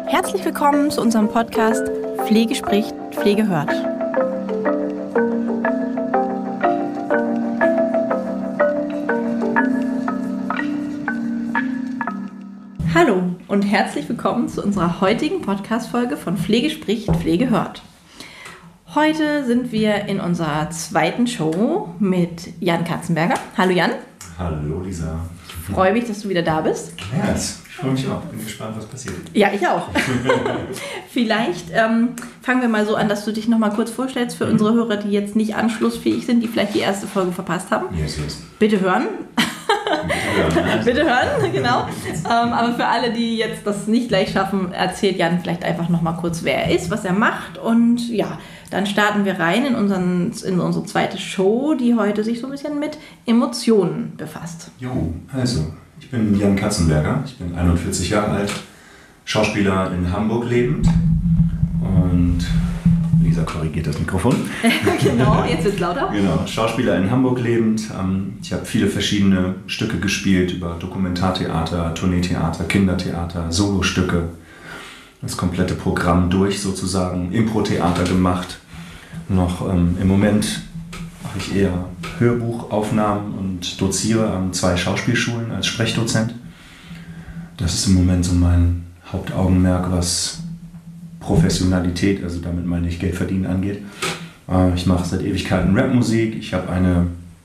Herzlich willkommen zu unserem Podcast Pflege spricht, Pflege hört. Hallo und herzlich willkommen zu unserer heutigen Podcast-Folge von Pflege spricht, Pflege hört. Heute sind wir in unserer zweiten Show mit Jan Katzenberger. Hallo Jan. Hallo Lisa. Ich freue mich, dass du wieder da bist. Ja, ich freue mich auch. Bin gespannt, was passiert. Ja, ich auch. Vielleicht fangen wir mal so an, dass du dich noch mal kurz vorstellst für unsere Hörer, die jetzt nicht anschlussfähig sind, die vielleicht die erste Folge verpasst haben. Yes. Bitte hören. Bitte hören, genau. Aber für alle, die jetzt das nicht gleich schaffen, erzählt Jan vielleicht einfach noch mal kurz, wer er ist, was er macht. Und ja, dann starten wir rein in unsere zweite Show, die heute sich so ein bisschen mit Emotionen befasst. Jo, also, ich bin Jan Katzenberger, ich bin 41 Jahre alt, Schauspieler in Hamburg lebend und Lisa korrigiert das Mikrofon. Genau, jetzt wird es lauter. Genau, Schauspieler in Hamburg lebend. Ich habe viele verschiedene Stücke gespielt über Dokumentartheater, Tourneetheater, Kindertheater, Solostücke. Das komplette Programm durch sozusagen, Impro-Theater gemacht. Noch im Moment mache ich eher Hörbuchaufnahmen und doziere an 2 Schauspielschulen als Sprechdozent. Das ist im Moment so mein Hauptaugenmerk, was Professionalität, also damit meine ich Geld verdienen, angeht. Ich mache seit Ewigkeiten Rapmusik. Ich habe eine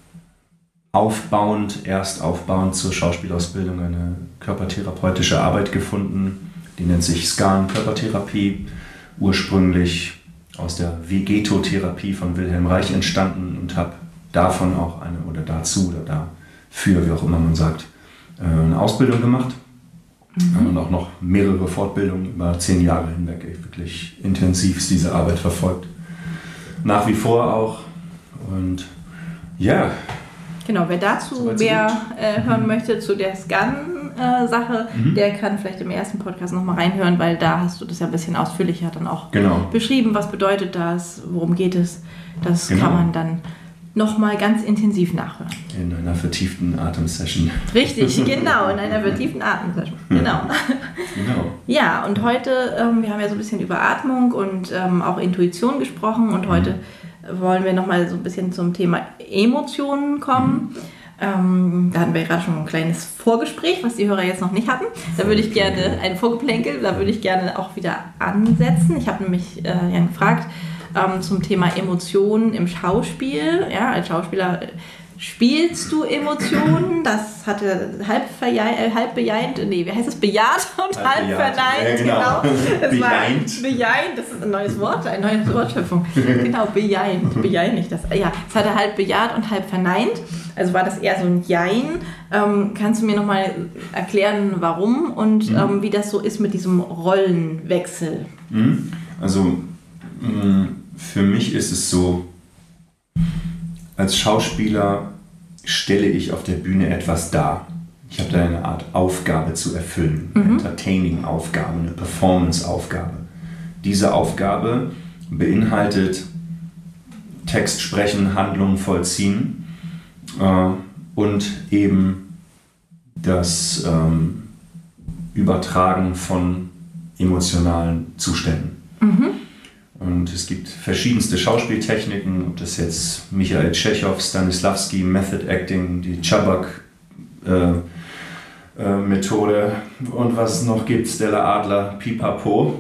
erst aufbauend zur Schauspielausbildung eine körpertherapeutische Arbeit gefunden. Die nennt sich Scan Körpertherapie, ursprünglich aus der Vegetotherapie von Wilhelm Reich entstanden und habe davon auch dafür, wie auch immer man sagt, eine Ausbildung gemacht. Und auch noch mehrere Fortbildungen über 10 Jahre hinweg wirklich intensiv diese Arbeit verfolgt. Nach wie vor auch. Und ja. Genau, wer dazu mehr hören möchte zu der Scan-Sache, der kann vielleicht im ersten Podcast nochmal reinhören, weil da hast du das ja ein bisschen ausführlicher dann auch beschrieben. Was bedeutet das? Worum geht es? Das kann man dann nochmal ganz intensiv nachhören. In einer vertieften Atemsession. Richtig, genau, in einer vertieften Atemsession. Genau. Ja, und heute, wir haben ja so ein bisschen über Atmung und auch Intuition gesprochen und heute wollen wir nochmal so ein bisschen zum Thema Emotionen kommen. Da hatten wir gerade schon ein kleines Vorgespräch, was die Hörer jetzt noch nicht hatten. Da würde ich gerne, ein Vorgeplänkel, da würde ich gerne auch wieder ansetzen. Ich habe nämlich Jan gefragt, zum Thema Emotionen im Schauspiel. Ja, als Schauspieler spielst du Emotionen? Das hatte halb bejaht, wie heißt es? Bejaht und halb verneint. Ja, genau. Das war bejaht, das ist ein neues Wort, eine neue Wortschöpfung. Genau, bejaht nicht das. Ja, es hatte halb bejaht und halb verneint. Also war das eher so ein Jein. Kannst du mir nochmal erklären, warum und wie das so ist mit diesem Rollenwechsel? Also für mich ist es so, als Schauspieler stelle ich auf der Bühne etwas dar. Ich habe da eine Art Aufgabe zu erfüllen, eine Entertaining-Aufgabe, eine Performance-Aufgabe. Diese Aufgabe beinhaltet Text sprechen, Handlungen vollziehen und eben das Übertragen von emotionalen Zuständen. Und es gibt verschiedenste Schauspieltechniken, ob das jetzt Michael Tschechow, Stanislavski, Method Acting, die Chabak-Methode und was es noch gibt, Stella Adler, Pipapo.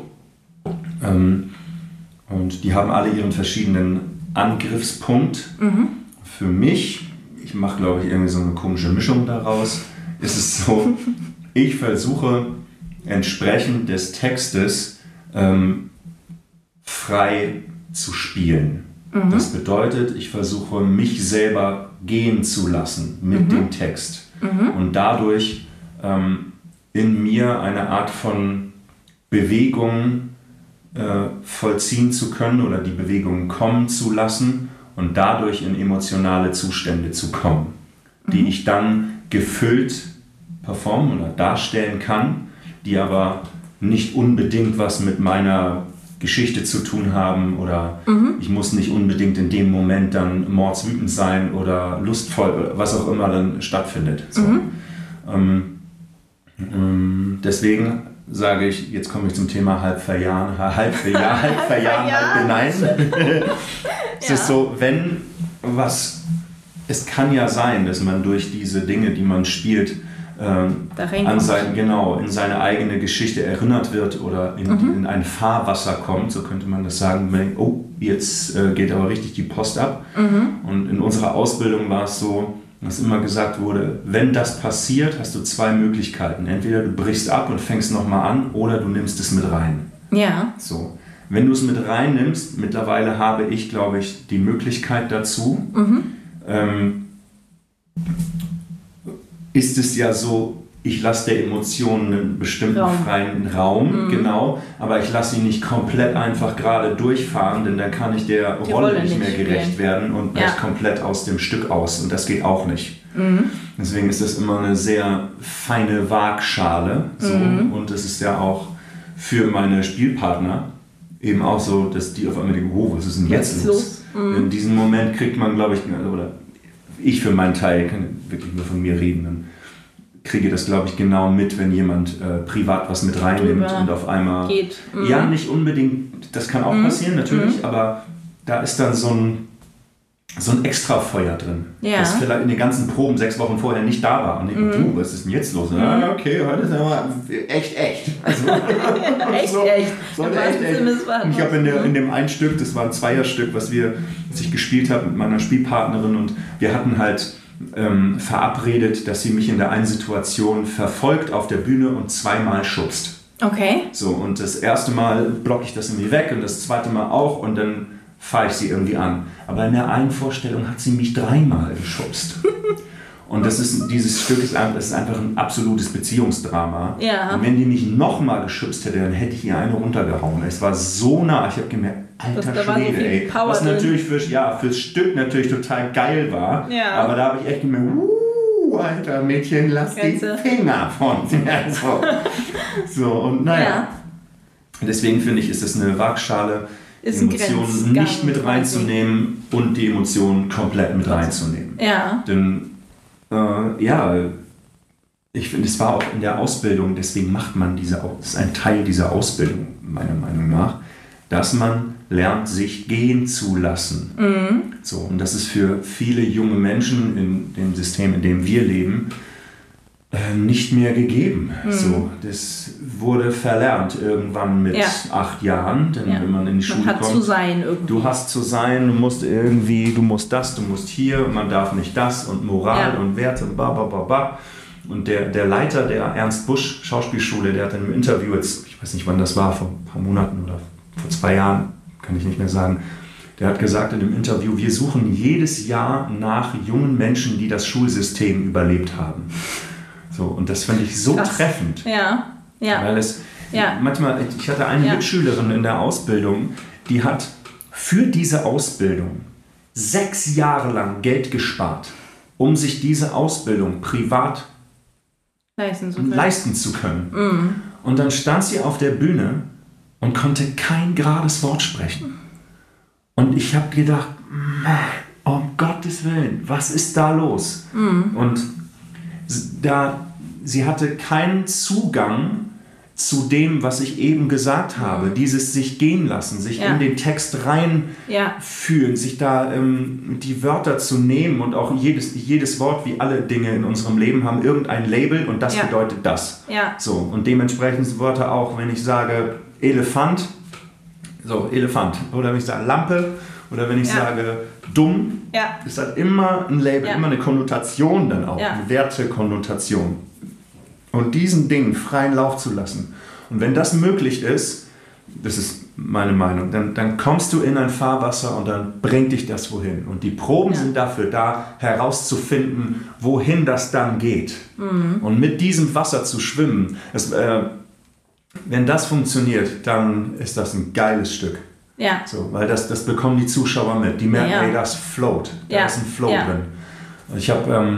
Und die haben alle ihren verschiedenen Angriffspunkt. Für mich, ich mache glaube ich irgendwie so eine komische Mischung daraus, ist es so, ich versuche entsprechend des Textes frei zu spielen. Das bedeutet, ich versuche mich selber gehen zu lassen mit dem Text und dadurch in mir eine Art von Bewegung vollziehen zu können oder die Bewegung kommen zu lassen und dadurch in emotionale Zustände zu kommen, die ich dann gefüllt performen oder darstellen kann, die aber nicht unbedingt was mit meiner Geschichte zu tun haben oder ich muss nicht unbedingt in dem Moment dann mordswütend sein oder lustvoll, was auch immer dann stattfindet. So. Deswegen sage ich, jetzt komme ich zum Thema halb verjahren, halb hinein. Es ist so, wenn was, es kann ja sein, dass man durch diese Dinge, die man spielt, in seine eigene Geschichte erinnert wird oder in ein Fahrwasser kommt, so könnte man das sagen, oh, jetzt geht aber richtig die Post ab. Und in unserer Ausbildung war es so, dass immer gesagt wurde, wenn das passiert, hast du zwei Möglichkeiten. Entweder du brichst ab und fängst nochmal an oder du nimmst es mit rein. Ja. So. Wenn du es mit rein nimmst, mittlerweile habe ich, glaube ich, die Möglichkeit dazu, ist es ja so, ich lasse der Emotion einen bestimmten freien Raum, genau, aber ich lasse sie nicht komplett einfach gerade durchfahren, denn dann kann ich der Rolle nicht mehr gerecht werden und breche komplett aus dem Stück aus und das geht auch nicht. Deswegen ist das immer eine sehr feine Waagschale so, und es ist ja auch für meine Spielpartner eben auch so, dass die auf einmal denken, oh, was ist denn jetzt los? In diesem Moment kriegt man, glaube ich, oder ich für meinen Teil kann wirklich nur von mir reden, dann kriege das, glaube ich, genau mit, wenn jemand privat was mit reinnimmt und auf einmal geht. Ja, nicht unbedingt, das kann auch passieren, natürlich, aber da ist dann so ein Extrafeuer drin, das vielleicht in den ganzen Proben 6 Wochen vorher nicht da war. Und ich denke, was ist denn jetzt los? Okay, heute ist aber echt. Also, echt. Und ich habe in dem einen Stück, das war ein Zweierstück, was ich gespielt habe mit meiner Spielpartnerin, und wir hatten halt verabredet, dass sie mich in der einen Situation verfolgt auf der Bühne und 2-mal schubst. Okay. So, und das erste Mal blocke ich das irgendwie weg und das zweite Mal auch und dann fahre ich sie irgendwie an. Aber in der einen Vorstellung hat sie mich 3-mal geschubst. Und dieses Stück ist einfach ein absolutes Beziehungsdrama. Ja. Und wenn die mich nochmal geschubst hätte, dann hätte ich ihr eine runtergehauen. Es war so nah, ich habe gemerkt, alter Schwede, ey. Was natürlich fürs Stück natürlich total geil war. Ja. Aber da habe ich echt gemerkt, alter Mädchen, lass die Finger von mir. So, und naja. Ja. Deswegen finde ich, ist es eine Waagschale, Emotionen nicht mit reinzunehmen und die Emotionen komplett mit reinzunehmen. Ja. Denn ich finde, es war auch in der Ausbildung, deswegen macht man das ist ein Teil dieser Ausbildung, meiner Meinung nach, dass man lernt, sich gehen zu lassen. So, und das ist für viele junge Menschen in dem System, in dem wir leben, nicht mehr gegeben. So, das wurde verlernt irgendwann mit 8 Jahren, denn wenn man in die Schule kommt, zu sein irgendwie. Du hast zu sein, du musst das, du musst hier, man darf nicht das und Moral und Werte und ba. Und der Leiter der Ernst Busch Schauspielschule, der hat in einem Interview jetzt, ich weiß nicht wann das war, vor ein paar Monaten oder vor 2 Jahren, kann ich nicht mehr sagen, der hat gesagt in dem Interview, wir suchen jedes Jahr nach jungen Menschen, die das Schulsystem überlebt haben. So, und das fand ich so treffend. Ja. Weil manchmal, ich hatte eine Mitschülerin in der Ausbildung, die hat für diese Ausbildung 6 Jahre lang Geld gespart, um sich diese Ausbildung privat leisten zu können. Und dann stand sie auf der Bühne und konnte kein gerades Wort sprechen. Und ich habe gedacht, um Gottes Willen, was ist da los? Und sie hatte keinen Zugang zu dem, was ich eben gesagt habe, dieses sich gehen lassen, sich in den Text reinfühlen, sich da die Wörter zu nehmen und auch jedes Wort, wie alle Dinge in unserem Leben, haben irgendein Label und das bedeutet das. Ja. So, und dementsprechend sind Wörter auch, wenn ich sage Elefant, so Elefant, oder wenn ich sage Lampe, oder wenn ich sage dumm, es hat immer ein Label, immer eine Konnotation dann auch, eine Wertekonnotation. Und diesen Dingen freien Lauf zu lassen. Und wenn das möglich ist, das ist meine Meinung, dann kommst du in ein Fahrwasser und dann bringt dich das wohin. Und die Proben sind dafür da, herauszufinden, wohin das dann geht. Und mit diesem Wasser zu schwimmen, wenn das funktioniert, dann ist das ein geiles Stück. Ja. So, weil das bekommen die Zuschauer mit. Die merken, ey, das float. Da ist ein Flow drin. Und ich habe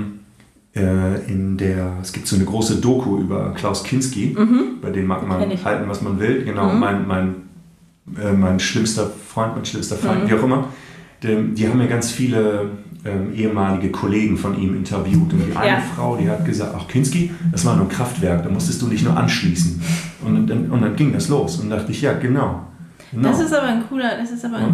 es gibt so eine große Doku über Klaus Kinski, bei dem mag man halten, was man will. Genau, mein schlimmster Freund, wie auch immer. Die haben ja ganz viele ehemalige Kollegen von ihm interviewt. Und die eine Frau, die hat gesagt, ach Kinski, das war nur ein Kraftwerk, da musstest du dich nur anschließen. Und dann ging das los und dachte ich, ja, genau. Das ist aber ein cooles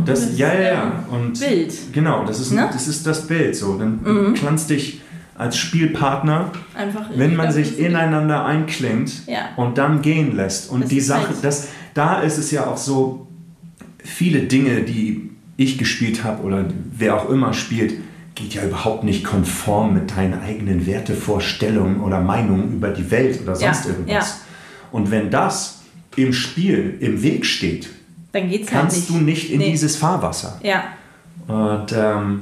und Bild. Genau, das ist das Bild. So. Dann kannst dich als Spielpartner, einfach, wenn man sich ineinander einklingt und dann gehen lässt. Und die Sache, da ist es ja auch so, viele Dinge, die ich gespielt habe oder wer auch immer spielt, geht ja überhaupt nicht konform mit deinen eigenen Wertevorstellungen oder Meinungen über die Welt oder sonst irgendwas. Ja. Und wenn das im Spiel im Weg steht, dann kannst du nicht in dieses Fahrwasser. Ja. Und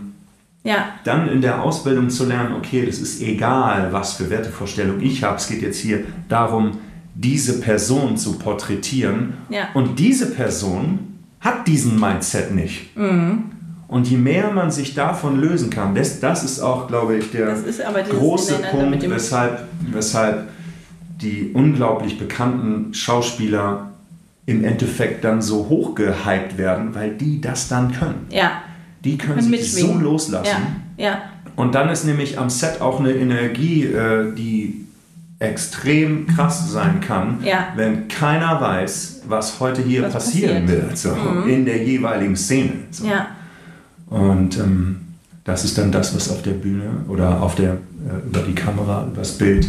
dann in der Ausbildung zu lernen, okay, das ist egal, was für Wertevorstellungen ich habe. Es geht jetzt hier darum, diese Person zu porträtieren. Ja. Und diese Person hat diesen Mindset nicht. Mhm. Und je mehr man sich davon lösen kann, das ist auch, glaube ich, der große Punkt, weshalb die unglaublich bekannten Schauspieler im Endeffekt dann so hochgehypt werden, weil die das dann können. Ja. Die können sich so loslassen. Ja. Ja. Und dann ist nämlich am Set auch eine Energie, die extrem krass sein kann, wenn keiner weiß, was heute hier passieren wird, so, in der jeweiligen Szene. So. Ja. Und das ist dann das, was auf der Bühne oder über die Kamera, über das Bild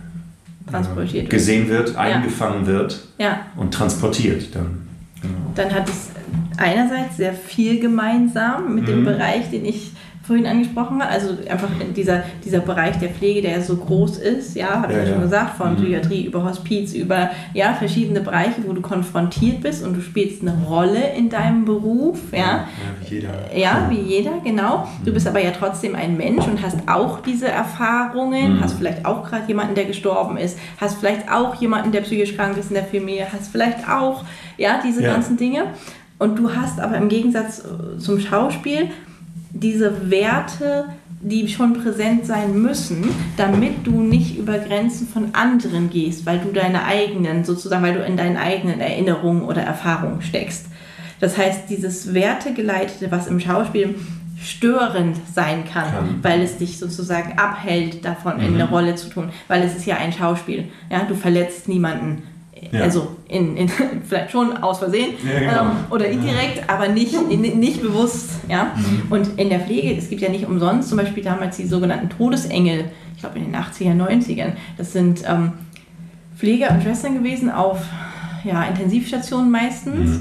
gesehen wird, eingefangen wird und transportiert. Dann hat es einerseits sehr viel gemeinsam mit dem Bereich, den ich vorhin angesprochen habe, also einfach dieser Bereich der Pflege, der so groß ist, habe ich ja schon gesagt, von Psychiatrie über Hospiz, über verschiedene Bereiche, wo du konfrontiert bist und du spielst eine Rolle in deinem Beruf. Ja, wie jeder. Ja, wie jeder, genau. Du bist aber ja trotzdem ein Mensch und hast auch diese Erfahrungen, hast vielleicht auch gerade jemanden, der gestorben ist, hast vielleicht auch jemanden, der psychisch krank ist in der Familie, hast vielleicht auch diese ganzen Dinge. Und du hast aber im Gegensatz zum Schauspiel diese Werte, die schon präsent sein müssen, damit du nicht über Grenzen von anderen gehst, weil du weil du in deinen eigenen Erinnerungen oder Erfahrungen steckst. Das heißt, dieses Wertegeleitete, was im Schauspiel störend sein kann, weil es dich sozusagen abhält, davon in eine Rolle zu tun, weil es ist ja ein Schauspiel. Ja, du verletzt niemanden. Ja. Also vielleicht schon aus Versehen oder indirekt, aber nicht bewusst. Ja? Und in der Pflege, es gibt ja nicht umsonst zum Beispiel damals die sogenannten Todesengel, ich glaube in den 80er, 90ern. Das sind Pfleger und Schwestern gewesen auf Intensivstationen meistens,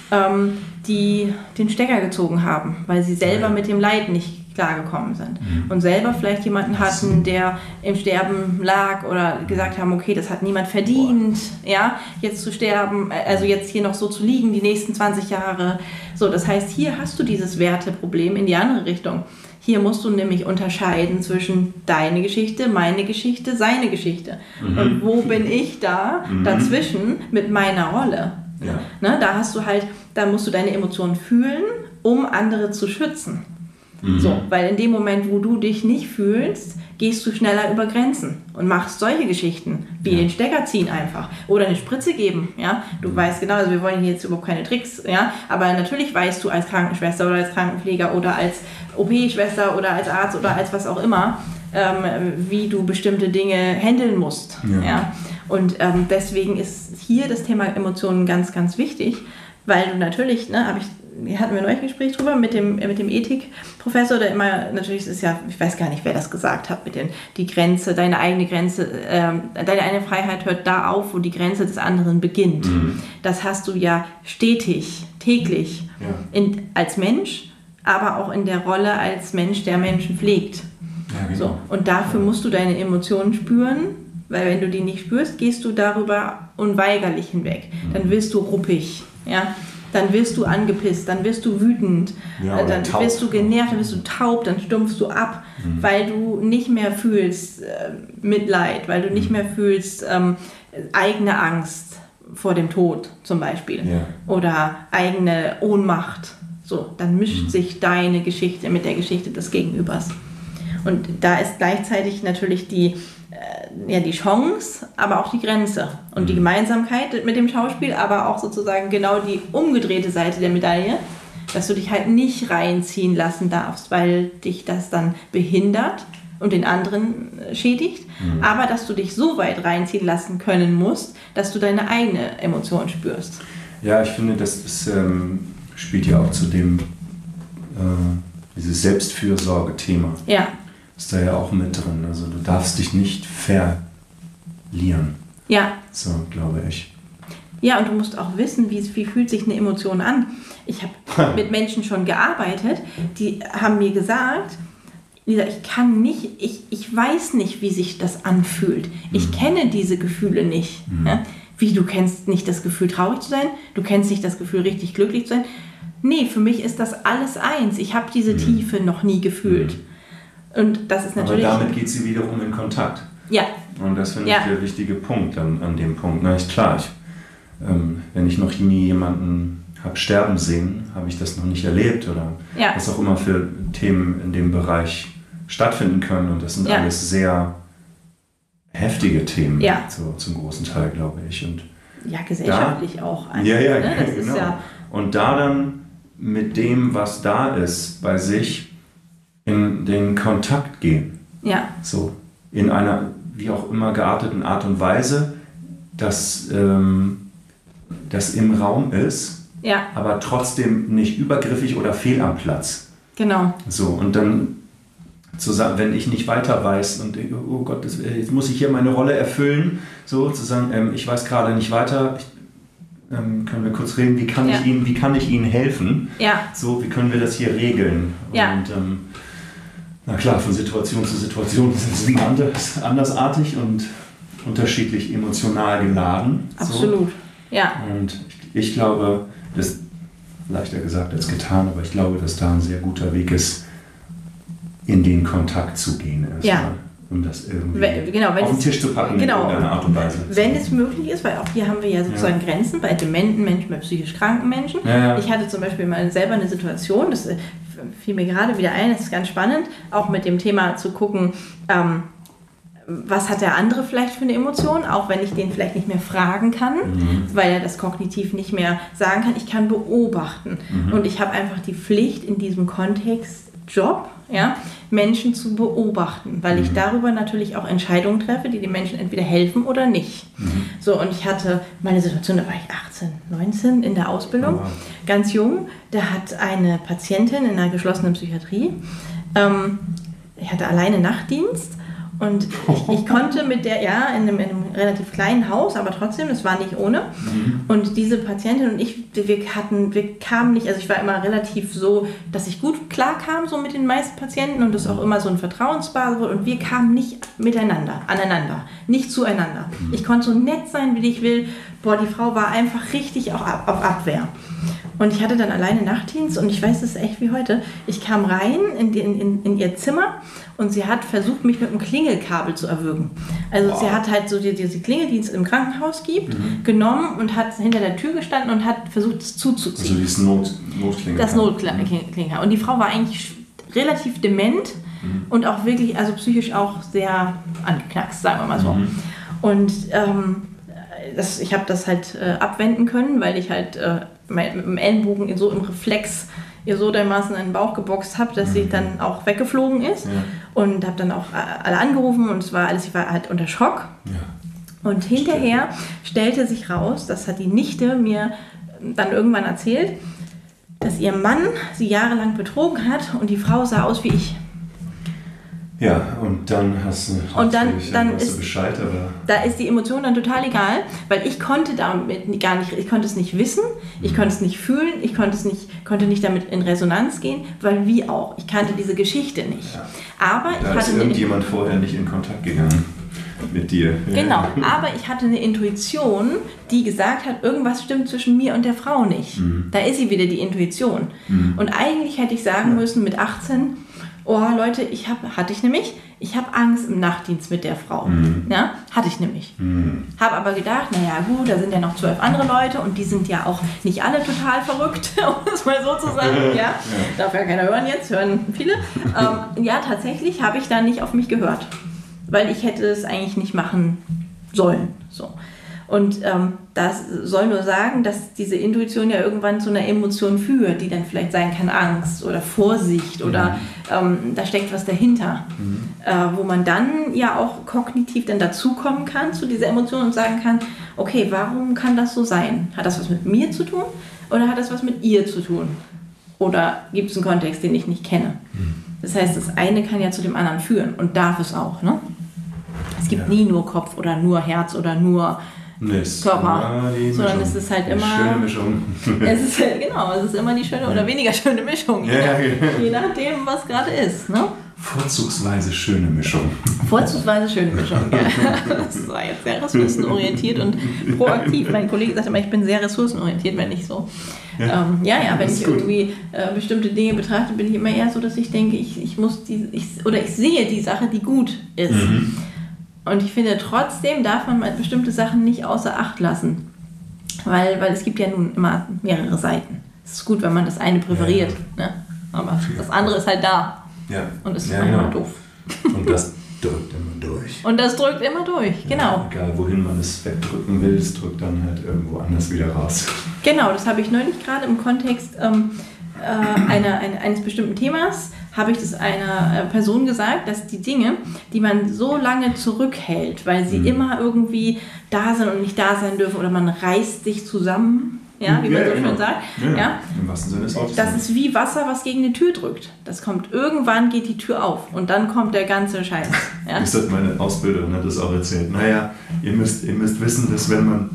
die den Stecker gezogen haben, weil sie selber mit dem Leid nicht klargekommen sind und selber vielleicht jemanden hatten, der im Sterben lag oder gesagt haben, okay, das hat niemand verdient, jetzt zu sterben, also jetzt hier noch so zu liegen, die nächsten 20 Jahre. So, das heißt, hier hast du dieses Werteproblem in die andere Richtung. Hier musst du nämlich unterscheiden zwischen deine Geschichte, meine Geschichte, seine Geschichte. Und wo bin ich dazwischen mit meiner Rolle? Ja. Ne, da musst du deine Emotionen fühlen, um andere zu schützen. So, weil in dem Moment, wo du dich nicht fühlst, gehst du schneller über Grenzen und machst solche Geschichten, wie den Stecker ziehen einfach oder eine Spritze geben. Ja? Du weißt genau, also wir wollen hier jetzt überhaupt keine Tricks, aber natürlich weißt du als Krankenschwester oder als Krankenpfleger oder als OP-Schwester oder als Arzt oder als was auch immer, wie du bestimmte Dinge handeln musst. Ja. Ja? Und deswegen ist hier das Thema Emotionen ganz, ganz wichtig, weil du natürlich, hatten wir neulich ein Gespräch drüber mit dem Ethikprofessor, der immer, natürlich ist es ja, ich weiß gar nicht, wer das gesagt hat, mit die Grenze, deine eigene Grenze, deine eigene Freiheit hört da auf, wo die Grenze des anderen beginnt. Das hast du ja stetig, täglich, als Mensch, aber auch in der Rolle als Mensch, der Menschen pflegt. Ja, genau. So, und dafür musst du deine Emotionen spüren, weil wenn du die nicht spürst, gehst du darüber unweigerlich hinweg. Dann wirst du ruppig, dann wirst du angepisst, dann wirst du wütend, dann wirst du genervt, dann wirst du taub, dann stumpfst du ab, weil du nicht mehr fühlst Mitleid, weil du nicht mehr fühlst eigene Angst vor dem Tod zum Beispiel oder eigene Ohnmacht. So, dann mischt sich deine Geschichte mit der Geschichte des Gegenübers. Und da ist gleichzeitig natürlich die Chance, aber auch die Grenze und die Gemeinsamkeit mit dem Schauspiel, aber auch sozusagen genau die umgedrehte Seite der Medaille, dass du dich halt nicht reinziehen lassen darfst, weil dich das dann behindert und den anderen schädigt, aber dass du dich so weit reinziehen lassen können musst, dass du deine eigene Emotion spürst. Ja, ich finde, das spielt ja auch zu dem dieses Selbstfürsorge-Thema. Ja. Ist da ja auch mit drin. Also du darfst dich nicht verlieren. Ja. So, glaube ich. Ja, und du musst auch wissen, wie fühlt sich eine Emotion an. Ich habe mit Menschen schon gearbeitet, die haben mir gesagt, Lisa, ich weiß nicht, wie sich das anfühlt. Ich kenne diese Gefühle nicht. Ja? Wie, du kennst nicht das Gefühl, traurig zu sein? Du kennst nicht das Gefühl, richtig glücklich zu sein? Nee, für mich ist das alles eins. Ich habe diese Tiefe noch nie gefühlt. Und das ist natürlich... Aber damit geht sie wiederum in Kontakt. Ja. Und das finde ich der wichtige Punkt an dem Punkt. Na, ist klar, wenn ich noch nie jemanden habe sterben sehen, habe ich das noch nicht erlebt oder was auch immer für Themen in dem Bereich stattfinden können. Und das sind alles sehr heftige Themen, so zum großen Teil, glaube ich. Und ja, gesellschaftlich auch. Einfach, ne? Das genau. Ist und da dann mit dem, was da ist, bei sich in den Kontakt gehen. Ja. So, in einer wie auch immer gearteten Art und Weise, dass das im Raum ist, aber trotzdem nicht übergriffig oder fehl am Platz. Genau. So, und dann zu sagen, wenn ich nicht weiter weiß und oh Gott, jetzt muss ich hier meine Rolle erfüllen, so zu sagen, ich weiß gerade nicht weiter, können wir kurz reden, wie kann ich Ihnen helfen? Ja. So, wie können wir das hier regeln? Ja. Und na klar, von Situation zu Situation ist es immer andersartig und unterschiedlich emotional geladen. Absolut, so. Ja. Und ich glaube, das ist leichter gesagt als getan, aber ich glaube, dass da ein sehr guter Weg ist, in den Kontakt zu gehen erstmal, um das irgendwie auf den Tisch zu packen in irgendeiner Art und Weise. Wenn es möglich ist, weil auch hier haben wir ja sozusagen Grenzen bei dementen Menschen, bei psychisch kranken Menschen. Ja. Ich hatte zum Beispiel mal selber eine Situation, das fiel mir gerade wieder ein, das ist ganz spannend, auch mit dem Thema zu gucken, was hat der andere vielleicht für eine Emotion, auch wenn ich den vielleicht nicht mehr fragen kann, weil er das kognitiv nicht mehr sagen kann. Ich kann beobachten und ich habe einfach die Pflicht in diesem Kontext Job, Menschen zu beobachten, weil ich darüber natürlich auch Entscheidungen treffe, die den Menschen entweder helfen oder nicht. So, und ich hatte meine Situation, da war ich 18, 19 in der Ausbildung, ganz jung, da hat eine Patientin in einer geschlossenen Psychiatrie, ich hatte alleine Nachtdienst und ich konnte mit der, in einem relativ kleinen Haus, aber trotzdem, es war nicht ohne. Und diese Patientin und ich, wir kamen nicht, also ich war immer relativ so, dass ich gut klarkam so mit den meisten Patienten und das auch immer so ein Vertrauensbasis wurde und wir kamen nicht aneinander, nicht zueinander. Ich konnte so nett sein, wie ich will. Boah, die Frau war einfach richtig auch auf Abwehr. Und ich hatte dann alleine Nachtdienst und ich weiß es echt wie heute. Ich kam rein in ihr Zimmer und sie hat versucht, mich mit einem Klingelkabel zu erwürgen. Also sie hat halt so diese Klingel, die es im Krankenhaus gibt, genommen und hat hinter der Tür gestanden und hat versucht, es zuzuziehen. Also dieses Notklingelkabel. Das Notklingelkabel. Und die Frau war eigentlich relativ dement und auch wirklich, also psychisch auch sehr angeknackst, sagen wir mal so. Und ich habe das halt abwenden können, weil ich halt mit dem Ellenbogen so im Reflex ihr so dermaßen in den Bauch geboxt habe, dass sie dann auch weggeflogen ist. Und habe dann auch alle angerufen und ich war halt unter Schock. Ja. Und hinterher stellte sich raus, das hat die Nichte mir dann irgendwann erzählt, dass ihr Mann sie jahrelang betrogen hat und die Frau sah aus wie ich. Ja, und dann hast du Bescheid, aber... Da ist die Emotion dann total egal, weil ich konnte damit gar nicht, ich konnte es nicht wissen, ich konnte es nicht fühlen, ich konnte nicht damit in Resonanz gehen, weil wie auch, ich kannte diese Geschichte nicht. Ja. Aber da ist irgendjemand vorher nicht in Kontakt gegangen mit dir. Genau, aber ich hatte eine Intuition, die gesagt hat, irgendwas stimmt zwischen mir und der Frau nicht. Da ist sie wieder, die Intuition. Und eigentlich hätte ich sagen müssen mit 18, oh Leute, ich habe Angst im Nachtdienst mit der Frau. Ja, hatte ich nämlich. Habe aber gedacht, naja gut, da sind ja noch 12 andere Leute und die sind ja auch nicht alle total verrückt, um es mal so zu sagen. Ja, darf ja keiner hören jetzt, hören viele. Ja, tatsächlich habe ich da nicht auf mich gehört, weil ich hätte es eigentlich nicht machen sollen. So. Und das soll nur sagen, dass diese Intuition ja irgendwann zu einer Emotion führt, die dann vielleicht sein kann Angst oder Vorsicht oder da steckt was dahinter, wo man dann ja auch kognitiv dann dazukommen kann zu dieser Emotion und sagen kann, okay, warum kann das so sein? Hat das was mit mir zu tun oder hat das was mit ihr zu tun? Oder gibt es einen Kontext, den ich nicht kenne? Das heißt, das eine kann ja zu dem anderen führen und darf es auch, ne? Es gibt nie nur Kopf oder nur Herz oder nur Körper, sondern es ist halt immer schöne Mischung. Es ist immer die schöne oder weniger schöne Mischung, je nachdem, was gerade ist, ne? Vorzugsweise schöne Mischung. Vorzugsweise schöne Mischung, ja. Das war jetzt sehr ressourcenorientiert und proaktiv. Mein Kollege sagt immer, ich bin sehr ressourcenorientiert, wenn ich so wenn ich irgendwie bestimmte Dinge betrachte, bin ich immer eher so, dass ich denke, ich sehe die Sache, die gut ist. Und ich finde, trotzdem darf man bestimmte Sachen nicht außer Acht lassen. Weil es gibt ja nun immer mehrere Seiten. Es ist gut, wenn man das eine präferiert. Ne? Aber das andere ist halt da. Ja. Und es ist manchmal doof. Und das drückt immer durch. Und das drückt immer durch, genau. Ja, egal, wohin man es wegdrücken will, es drückt dann halt irgendwo anders wieder raus. Genau, das habe ich neulich gerade im Kontext eines bestimmten Themas, habe ich das einer Person gesagt, dass die Dinge, die man so lange zurückhält, weil sie immer irgendwie da sind und nicht da sein dürfen oder man reißt sich zusammen, ja, wie man so schön sagt. Ja. Im wahrsten Sinne des Wortes. Das ist wie Wasser, was gegen die Tür drückt. Das kommt, irgendwann geht die Tür auf und dann kommt der ganze Scheiß. Ja? Das hat meine Ausbilderin hat das auch erzählt. Naja, ihr müsst wissen, dass wenn man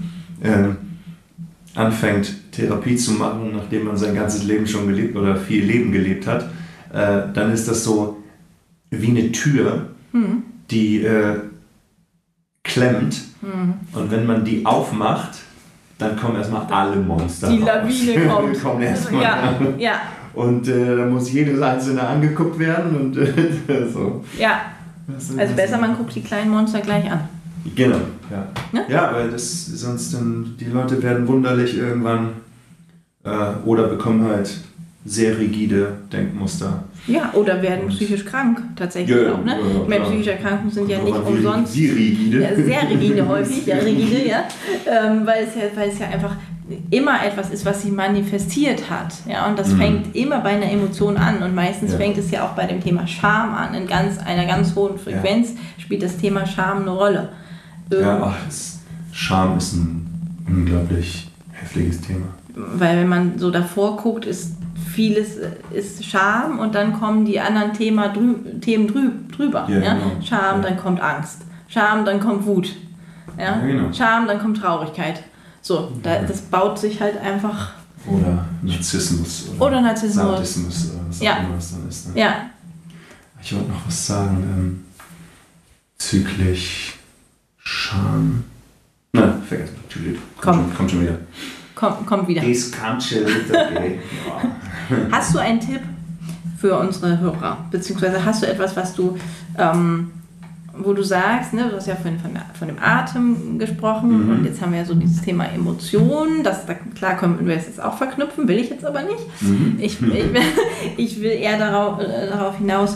anfängt, Therapie zu machen, nachdem man sein ganzes Leben schon gelebt oder viel Leben gelebt hat, dann ist das so wie eine Tür, die klemmt und wenn man die aufmacht, dann kommen erstmal alle Monster. Die Lawine kommt. kommen erstmal ja. Und da muss jedes einzelne angeguckt werden und so. Ja, also besser man guckt die kleinen Monster gleich an. Genau, ja. Ne? Ja, weil das sonst dann die Leute werden wunderlich irgendwann oder bekommen halt sehr rigide Denkmuster. Ja, oder werden psychisch krank, tatsächlich auch. Ne? Ich meine, psychische Erkrankungen sind ja nicht umsonst. Wie rigide? Ja, sehr rigide häufig, weil es ja einfach immer etwas ist, was sich manifestiert hat. Ja? Und das fängt immer bei einer Emotion an und meistens fängt es ja auch bei dem Thema Scham an. In einer ganz hohen Frequenz spielt das Thema Scham eine Rolle. Scham ist ein unglaublich heftiges Thema. Weil wenn man so davor guckt, ist vieles ist Scham und dann kommen die anderen Themen drüber. Ja, ja? Genau. Scham, dann kommt Angst. Scham, dann kommt Wut. Ja? Genau. Scham, dann kommt Traurigkeit. So, das baut sich halt einfach. Oder Narzissmus. Oder Narzissmus. Sadismus, was auch immer es dann ist. Ne? Ja. Ich wollte noch was sagen. Züglich Scham. Nein, vergessen. Kommt schon wieder. Kommt wieder. Das kann schon wieder gehen. Hast du einen Tipp für unsere Hörer? Beziehungsweise hast du etwas, was du, wo du sagst, ne, du hast ja von dem Atem gesprochen und jetzt haben wir ja so dieses Thema Emotionen. Klar können wir es jetzt auch verknüpfen, will ich jetzt aber nicht. Ich will eher darauf hinaus,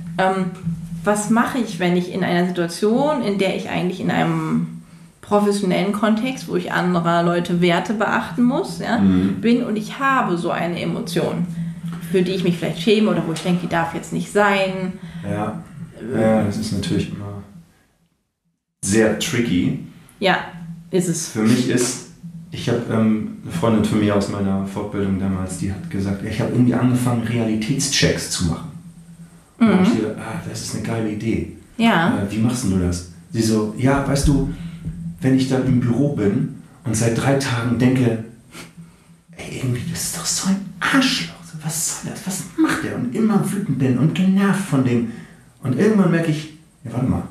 was mache ich, wenn ich in einer Situation, in der ich eigentlich in einem professionellen Kontext, wo ich anderer Leute Werte beachten muss, bin und ich habe so eine Emotion, für die ich mich vielleicht schäme oder wo ich denke, die darf jetzt nicht sein. Ja, das ist natürlich immer sehr tricky. Ja, ist es. Für mich ich habe eine Freundin von mir aus meiner Fortbildung damals, die hat gesagt, ich habe irgendwie angefangen, Realitätschecks zu machen. Und ich dachte, das ist eine geile Idee. Ja. Wie machst du das? Sie so, ja, weißt du, wenn ich dann im Büro bin und seit 3 Tagen denke, ey, irgendwie, das ist doch so ein Arschloch. Was soll das? Was macht der? Und immer wütend bin und genervt von dem. Und irgendwann merke ich, ja, warte mal.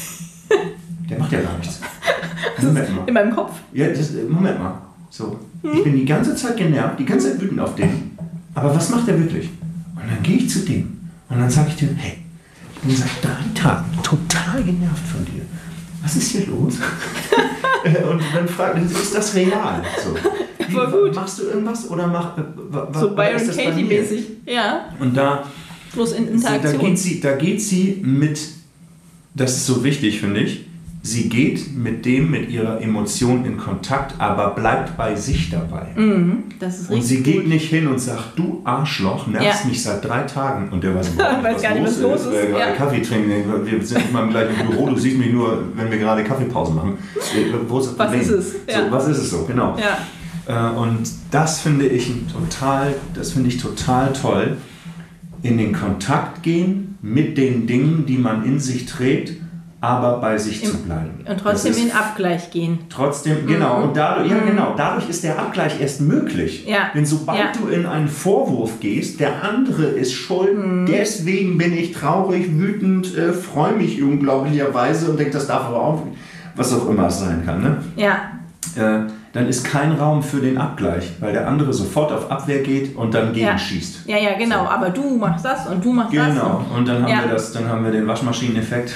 Der macht ja gar nichts. Moment mal. In meinem Kopf? Ja, Moment mal. So. Ich bin die ganze Zeit genervt, die ganze Zeit wütend auf den. Aber was macht der wirklich? Und dann gehe ich zu dem. Und dann sage ich dir, hey, ich bin seit 3 Tagen total genervt von dir. Was ist hier los? Und dann fragt er, ist das real? So. Voll gut. Machst du irgendwas oder so Byron Katie-mäßig. Ja. Und da, bloß in Interaktion. Da geht sie mit, das ist so wichtig, finde ich, sie geht mit ihrer Emotion in Kontakt, aber bleibt bei sich dabei. Das ist richtig. Und sie geht nicht hin und sagt, du Arschloch, nervst mich seit 3 Tagen. Und der weiß gar nicht, was los ist. Gerade Kaffee trinken. Wir sind nicht mal im gleichen Büro, du siehst mich nur, wenn wir gerade Kaffeepause machen. Wo ist das Problem? Was ist es? So, was ist es so, genau. Ja. Und das finde ich total toll. In den Kontakt gehen mit den Dingen, die man in sich trägt, aber bei sich zu bleiben. Und trotzdem in den Abgleich gehen. Trotzdem, genau. Und dadurch ist der Abgleich erst möglich. Ja. Denn sobald du in einen Vorwurf gehst, der andere ist schuld, deswegen bin ich traurig, wütend, freue mich unglaublicherweise und denke, das darf aber auch, was auch immer es sein kann. Ne? Ja. Dann ist kein Raum für den Abgleich, weil der andere sofort auf Abwehr geht und dann gegenschießt. Ja, genau. So. Aber du machst das und du machst das. Genau. Und dann haben wir den Waschmaschineneffekt.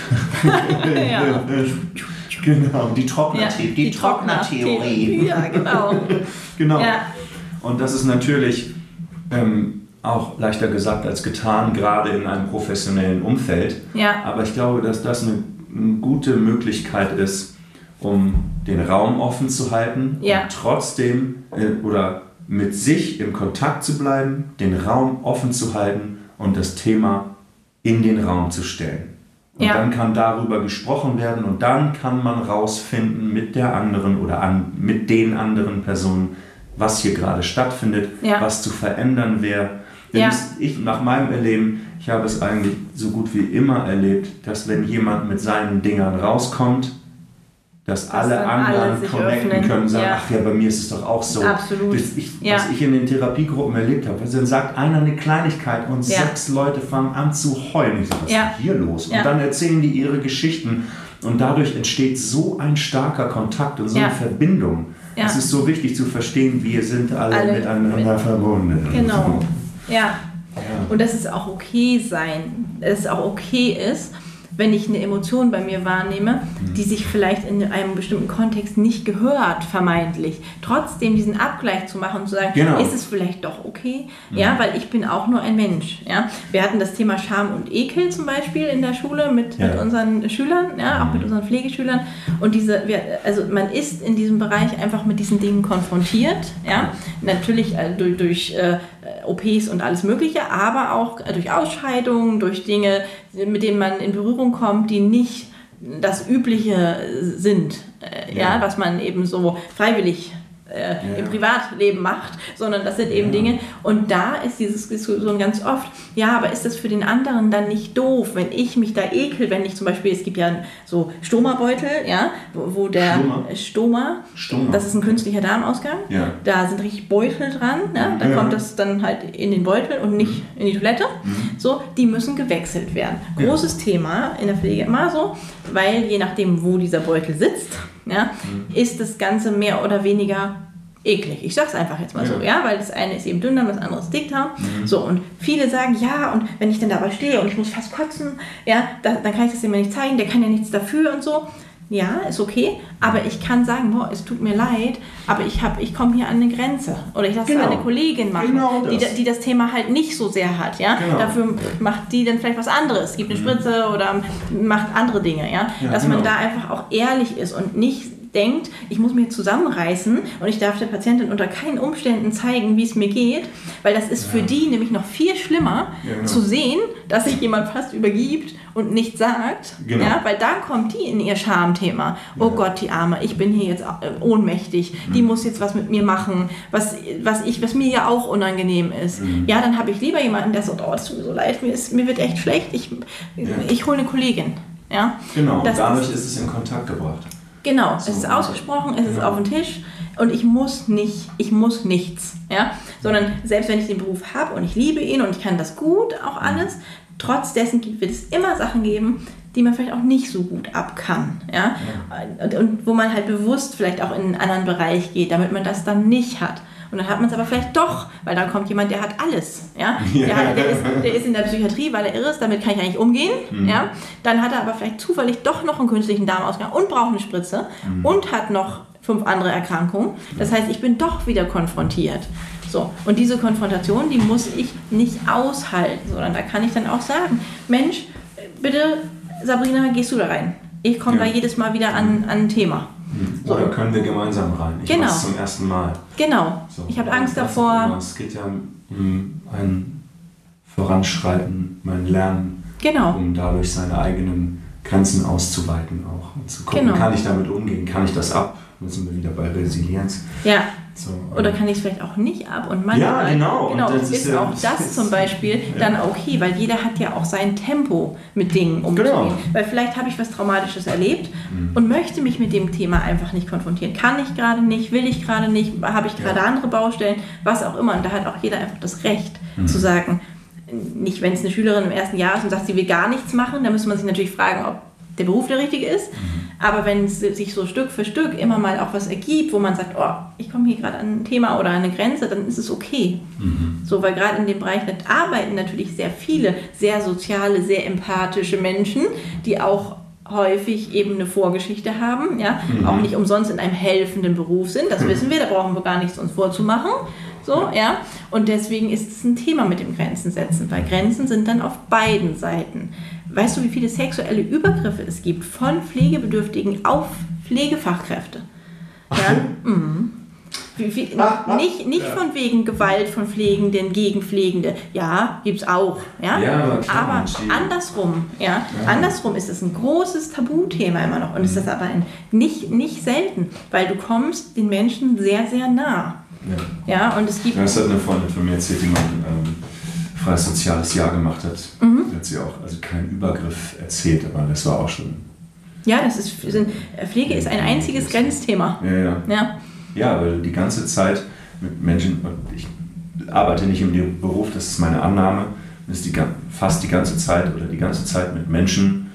Genau. Die Trockner-Theorie. Ja, genau. Genau. Ja. Und das ist natürlich auch leichter gesagt als getan, gerade in einem professionellen Umfeld. Ja. Aber ich glaube, dass das eine gute Möglichkeit ist, um den Raum offen zu halten und trotzdem oder mit sich im Kontakt zu bleiben, den Raum offen zu halten und das Thema in den Raum zu stellen. Und dann kann darüber gesprochen werden und dann kann man rausfinden mit der anderen oder mit den anderen Personen, was hier gerade stattfindet, was zu verändern wäre. Denn ich nach meinem Erleben, ich habe es eigentlich so gut wie immer erlebt, dass wenn jemand mit seinen Dingern rauskommt, dass alle anderen connecten können und sagen, ach ja, bei mir ist es doch auch so. Absolut. Was ich in den Therapiegruppen erlebt habe, also dann sagt einer eine Kleinigkeit und 6 Leute fangen an zu heulen. Ich sage, was ist hier los? Und dann erzählen die ihre Geschichten und dadurch entsteht so ein starker Kontakt und so eine Verbindung. Es ist so wichtig zu verstehen, wir sind alle miteinander verbunden. Genau, ja. Und dass es auch okay dass es auch okay ist, wenn ich eine Emotion bei mir wahrnehme, die sich vielleicht in einem bestimmten Kontext nicht gehört, vermeintlich, trotzdem diesen Abgleich zu machen und zu sagen, ist es vielleicht doch okay? Ja, weil ich bin auch nur ein Mensch. Ja? Wir hatten das Thema Scham und Ekel zum Beispiel in der Schule mit unseren Schülern, auch mit unseren Pflegeschülern. Und man ist in diesem Bereich einfach mit diesen Dingen konfrontiert. Ja? Natürlich durch OPs und alles Mögliche, aber auch durch Ausscheidungen, durch Dinge, mit denen man in Berührung kommt, die nicht das Übliche sind, was man eben so freiwillig im Privatleben macht, sondern das sind eben Dinge. Und da ist diese Diskussion ganz oft, aber ist das für den anderen dann nicht doof, wenn ich mich da ekel, wenn ich zum Beispiel, es gibt ja so Stoma-Beutel, wo der Stoma, das ist ein künstlicher Darmausgang, da sind richtig Beutel dran, da kommt das dann halt in den Beutel und nicht in die Toilette, so, die müssen gewechselt werden. Großes Thema in der Pflege immer so, weil je nachdem, wo dieser Beutel sitzt, ist das Ganze mehr oder weniger eklig. Ich sag's einfach jetzt mal so, weil das eine ist eben dünner, das andere ist dicker. So, und viele sagen, und wenn ich dann dabei stehe und ich muss fast kotzen, dann kann ich das ihm nicht zeigen, der kann ja nichts dafür und so. Ja, ist okay, aber ich kann sagen, es tut mir leid, aber ich komme hier an eine Grenze. Oder ich lasse es eine Kollegin machen, die das Thema halt nicht so sehr hat. Ja? Genau. Dafür macht die dann vielleicht was anderes, gibt eine Spritze oder macht andere Dinge. Dass man da einfach auch ehrlich ist und nicht denkt, ich muss mich zusammenreißen und ich darf der Patientin unter keinen Umständen zeigen, wie es mir geht, weil das ist für die nämlich noch viel schlimmer zu sehen, dass sich jemand fast übergibt und nichts sagt, weil dann kommt die in ihr Schamthema. Oh Gott, die Arme, ich bin hier jetzt ohnmächtig, die muss jetzt was mit mir machen, was mir ja auch unangenehm ist. Dann habe ich lieber jemanden, der sagt, es tut mir so leid, mir wird echt schlecht, ich hole eine Kollegin. Genau, und dadurch ist es in Kontakt gebracht. Genau, es ist ausgesprochen, es ist auf dem Tisch und ich muss nichts, sondern selbst wenn ich den Beruf habe und ich liebe ihn und ich kann das gut, auch alles, trotz dessen wird es immer Sachen geben, die man vielleicht auch nicht so gut ab kann, und wo man halt bewusst vielleicht auch in einen anderen Bereich geht, damit man das dann nicht hat. Und dann hat man es aber vielleicht doch, weil dann kommt jemand, der hat alles. Der ist in der Psychiatrie, weil er irre ist, damit kann ich eigentlich umgehen. Dann hat er aber vielleicht zufällig doch noch einen künstlichen Darmausgang und braucht eine Spritze und hat noch 5 andere Erkrankungen. Das heißt, ich bin doch wieder konfrontiert. So. Und diese Konfrontation, die muss ich nicht aushalten, sondern da kann ich dann auch sagen, Mensch, bitte Sabrina, gehst du da rein? Ich komme da jedes Mal wieder an ein Thema. Oder können wir gemeinsam rein? Ich mache es zum ersten Mal. Genau. So. Ich habe Angst davor. Es geht ja um ein Voranschreiten, mein Lernen, um dadurch seine eigenen Grenzen auszuweiten auch. Und zu gucken, kann ich damit umgehen? Kann ich das ab? Dann sind wir wieder bei Resilienz. Ja. So, oder kann ich es vielleicht auch nicht ab? Und manchmal genau ist auch das zum Beispiel dann okay, weil jeder hat ja auch sein Tempo mit Dingen umzugehen. Weil vielleicht habe ich was Traumatisches erlebt und möchte mich mit dem Thema einfach nicht konfrontieren. Kann ich gerade nicht, will ich gerade nicht, habe ich gerade andere Baustellen, was auch immer. Und da hat auch jeder einfach das Recht zu sagen, nicht wenn es eine Schülerin im ersten Jahr ist und sagt, sie will gar nichts machen, dann muss man sich natürlich fragen, ob der Beruf der richtige ist. Aber wenn es sich so Stück für Stück immer mal auch was ergibt, wo man sagt, oh, ich komme hier gerade an ein Thema oder an eine Grenze, dann ist es okay. So, weil gerade in dem Bereich arbeiten natürlich sehr viele, sehr soziale, sehr empathische Menschen, die auch häufig eben eine Vorgeschichte haben, ja, auch nicht umsonst in einem helfenden Beruf sind, das wissen wir, da brauchen wir gar nichts uns vorzumachen. So, ja. Und deswegen ist es ein Thema mit dem Grenzen setzen, weil Grenzen sind dann auf beiden Seiten. Weißt du, wie viele sexuelle Übergriffe es gibt von Pflegebedürftigen auf Pflegefachkräfte? Ja? Nicht von wegen Gewalt von Pflegenden gegen Pflegende. Ja, gibt es auch. Ja? Aber andersrum, andersrum ist es ein großes Tabuthema immer noch. Und ist das aber nicht selten, weil du kommst den Menschen sehr, sehr nah. Ja, und es gibt... Das hat eine Freundin von mir erzählt, die mal ein freies soziales Jahr gemacht hat. Da hat sie auch keinen Übergriff erzählt, aber das war auch schon... Ja, Pflege ist ein einziges Grenzthema. Ja, weil die ganze Zeit mit Menschen... Ich arbeite nicht im Beruf, das ist meine Annahme, ist fast die ganze Zeit mit Menschen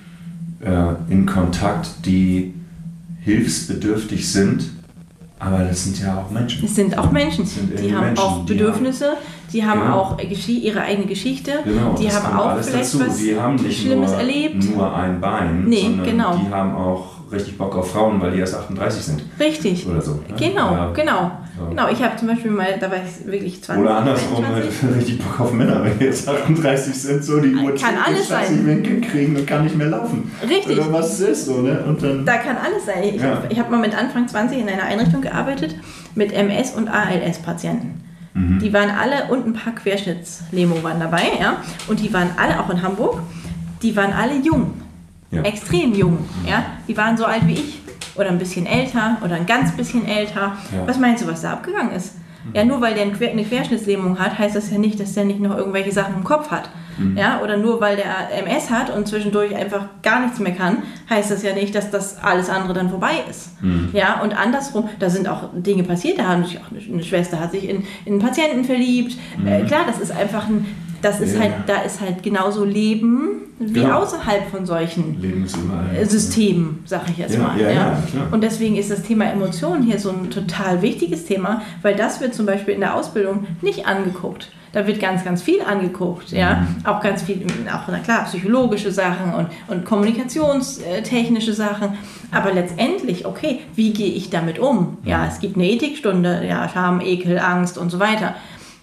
in Kontakt, die hilfsbedürftig sind. Aber das sind ja auch Menschen. Es sind auch Menschen. Die haben auch Bedürfnisse, die haben auch ihre eigene Geschichte, die haben auch vielleicht was Schlimmes erlebt. Nur ein Bein, sondern die haben auch richtig Bock auf Frauen, weil die erst 38 sind. Richtig. Oder so. Ne? Genau. Ich habe zum Beispiel mal, da war ich wirklich 20. Oder andersrum, richtig Bock auf Männer, wenn die jetzt 38 sind, so die Uhr kann alles sein. Winkel kriegen und kann nicht mehr laufen. Richtig. Oder was es ist, so, ne? Und dann, da kann alles sein. Ich habe mal mit Anfang 20 in einer Einrichtung gearbeitet mit MS- und ALS-Patienten. Die waren alle, und ein paar Querschnittslähmungen waren dabei, ja. Und die waren alle, auch in Hamburg, die waren alle jung. Ja. Extrem jung. Ja? Die waren so alt wie ich oder ein bisschen älter oder ein ganz bisschen älter. Ja. Was meinst du, was da abgegangen ist? Ja, nur weil der eine Querschnittslähmung hat, heißt das ja nicht, dass der nicht noch irgendwelche Sachen im Kopf hat. Ja? Oder nur weil der MS hat und zwischendurch einfach gar nichts mehr kann, heißt das ja nicht, dass das alles andere dann vorbei ist. Ja? Und andersrum, da sind auch Dinge passiert, da hat sich auch eine Schwester hat sich in einen Patienten verliebt. Klar, das ist einfach da ist halt genauso Leben wie außerhalb von solchen Systemen, sag ich jetzt mal. Und deswegen ist das Thema Emotionen hier so ein total wichtiges Thema, weil das wird zum Beispiel in der Ausbildung nicht angeguckt. Da wird ganz, ganz viel angeguckt, ja. Auch ganz viel, auch na klar, psychologische Sachen und kommunikationstechnische Sachen. Aber letztendlich, okay, wie gehe ich damit um? Ja, es gibt eine Ethikstunde, ja, Scham, Ekel, Angst und so weiter.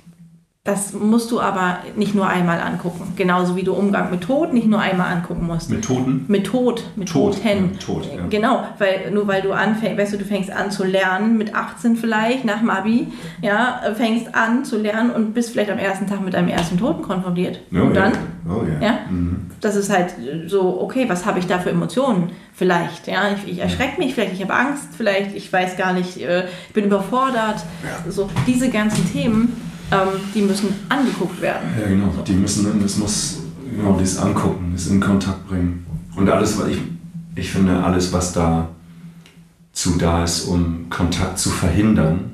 Das musst du aber nicht nur einmal angucken. Genauso wie du Umgang mit Tod nicht nur einmal angucken musst. Mit Toten? Mit Toten. Ja. Genau, weil du anfängst, weißt du fängst an zu lernen, mit 18 vielleicht, nach dem Abi, ja, fängst an zu lernen und bist vielleicht am ersten Tag mit deinem ersten Toten konfrontiert. Und dann, das ist halt so, okay, was habe ich da für Emotionen? Vielleicht, ja, ich erschrecke mich, vielleicht ich habe Angst, vielleicht, ich weiß gar nicht, ich bin überfordert. Ja. So, diese ganzen Themen, die müssen angeguckt werden. Ja, genau. Die müssen, das muss das angucken, das in Kontakt bringen. Und alles, was ich finde, alles, was dazu da ist, um Kontakt zu verhindern,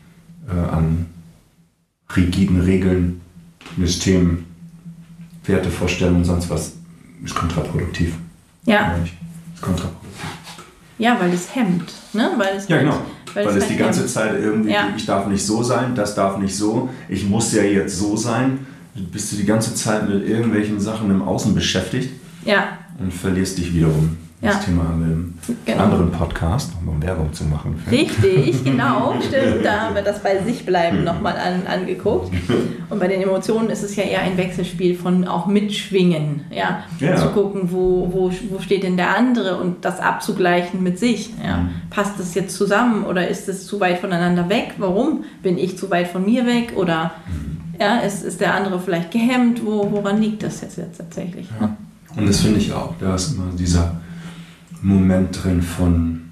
an rigiden Regeln, Systemen, Wertevorstellungen, sonst was, ist kontraproduktiv. Ja. Ist kontraproduktiv. Ja, weil es hemmt, ne? Weil es die ganze Zeit irgendwie, ich darf nicht so sein, das darf nicht so, ich muss ja jetzt so sein. Bist du die ganze Zeit mit irgendwelchen Sachen im Außen beschäftigt und verlierst dich wiederum. Das Thema haben wir im anderen Podcast, um Werbung zu machen. Richtig, genau, stimmt. Da haben wir das bei sich bleiben nochmal angeguckt. Und bei den Emotionen ist es ja eher ein Wechselspiel von auch mitschwingen. Ja? Zu gucken, wo steht denn der andere und das abzugleichen mit sich. Ja? Passt das jetzt zusammen oder ist es zu weit voneinander weg? Warum bin ich zu weit von mir weg? Oder ist der andere vielleicht gehemmt? Woran liegt das jetzt tatsächlich? Ja. Ne? Und das finde ich auch. Da ist immer dieser Moment drin von